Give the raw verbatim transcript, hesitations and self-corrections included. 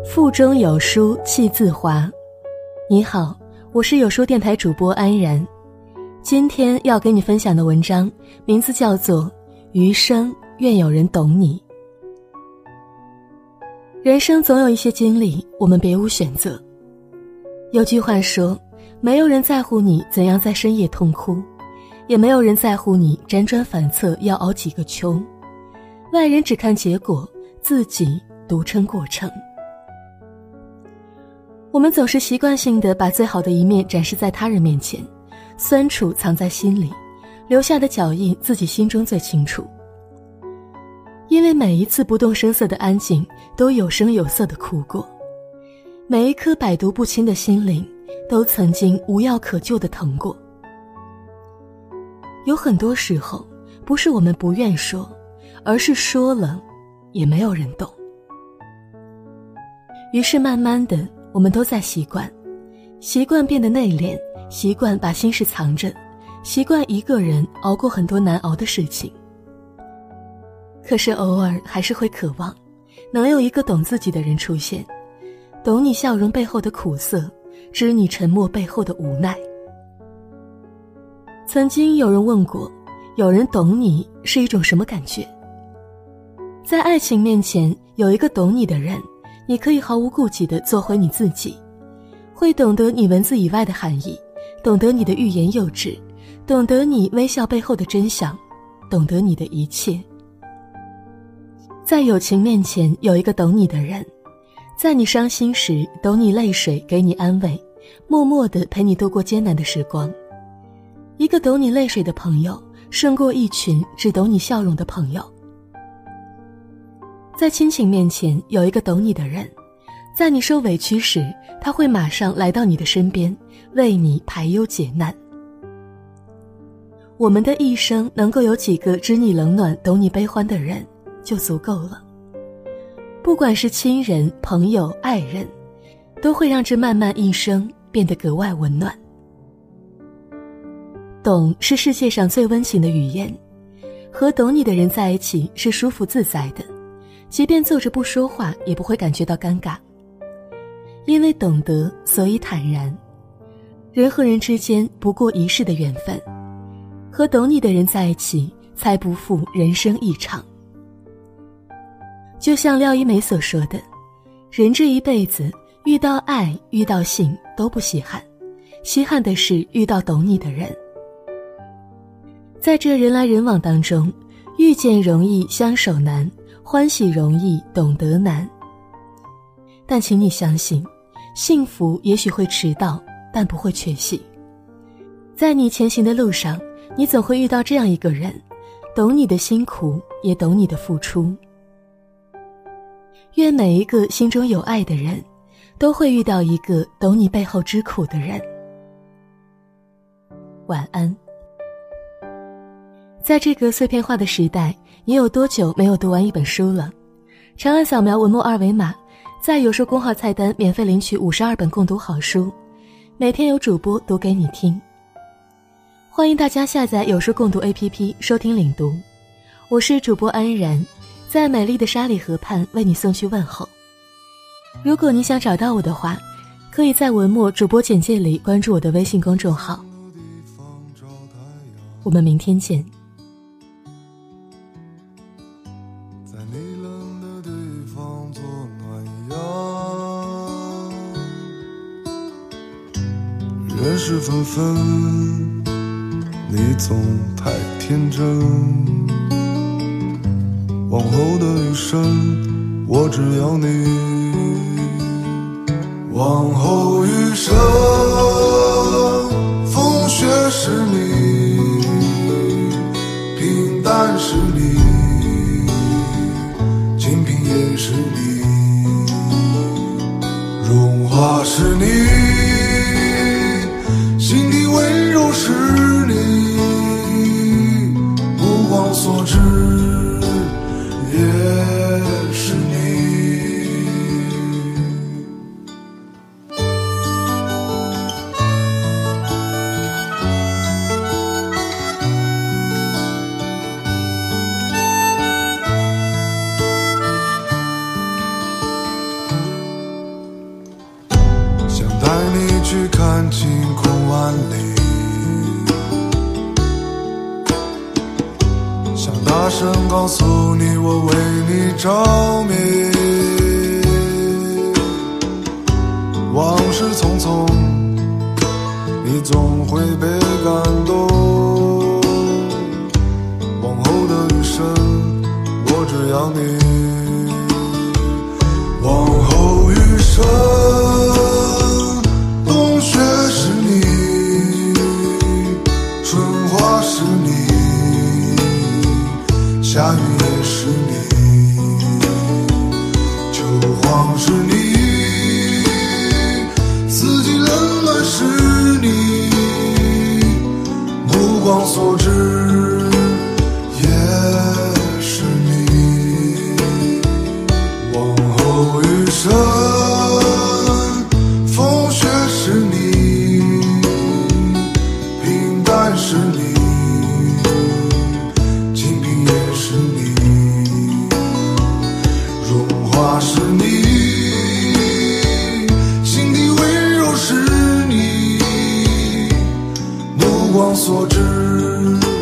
腹中有书气自华。你好，我是有书电台主播安然。今天要给你分享的文章名字叫做《余生愿有人懂你》。人生总有一些经历，我们别无选择。有句话说，没有人在乎你怎样在深夜痛哭，也没有人在乎你辗转反侧要熬几个秋。外人只看结果，自己独撑过程。我们总是习惯性地把最好的一面展示在他人面前，酸楚藏在心里，留下的脚印自己心中最清楚。因为每一次不动声色的安静，都有声有色地哭过；每一颗百毒不侵的心灵，都曾经无药可救地疼过。有很多时候，不是我们不愿说，而是说了，也没有人懂。于是慢慢的，我们都在习惯，习惯变得内敛，习惯把心事藏着，习惯一个人熬过很多难熬的事情。可是偶尔还是会渴望，能有一个懂自己的人出现，懂你笑容背后的苦涩，知你沉默背后的无奈。曾经有人问过，有人懂你是一种什么感觉？在爱情面前，有一个懂你的人，你可以毫无顾忌地做回你自己，会懂得你文字以外的含义，懂得你的欲言又止，懂得你微笑背后的真相，懂得你的一切。在友情面前，有一个懂你的人，在你伤心时懂你泪水，给你安慰，默默地陪你度过艰难的时光。一个懂你泪水的朋友，胜过一群只懂你笑容的朋友。在亲情面前，有一个懂你的人，在你受委屈时，他会马上来到你的身边，为你排忧解难。我们的一生能够有几个知你冷暖，懂你悲欢的人，就足够了。不管是亲人、朋友、爱人，都会让这漫漫一生变得格外温暖。懂是世界上最温情的语言，和懂你的人在一起是舒服自在的，即便坐着不说话，也不会感觉到尴尬。因为懂得，所以坦然。人和人之间不过一世的缘分，和懂你的人在一起，才不负人生一场。就像廖一梅所说的，人这一辈子遇到爱遇到性都不稀罕，稀罕的是遇到懂你的人。在这人来人往当中，遇见容易相守难，欢喜容易懂得难。但请你相信，幸福也许会迟到，但不会缺席。在你前行的路上，你总会遇到这样一个人，懂你的辛苦，也懂你的付出。愿每一个心中有爱的人，都会遇到一个懂你背后之苦的人。晚安。在这个碎片化的时代，你有多久没有读完一本书了？长按扫描文末二维码，在有书公号菜单免费领取五十二本共读好书，每天有主播读给你听。欢迎大家下载有书共读 A P P 收听领读，我是主播安然，在美丽的沙里河畔为你送去问候。如果你想找到我的话，可以在文末主播简介里关注我的微信公众号。我们明天见。 在你冷的地方做暖阳，人事纷纷，你总太天真。往后的余生，我只要你。往后余生，风雪是你，平淡是你，清贫也是你，荣华是你，心底温柔是你，目光所至也是你。 晴空万里，想大声告诉你我为你着迷。往事匆匆，你总会被感动。往后的余生，我只要你。往后余生，冬雪是你，春花是你，下雨也是你，秋黄是你，四季冷暖是你，目光所至也是你。往后余生，风雪是你，平淡是你，清贫也是你，荣华是你，心底温柔是你，目光所至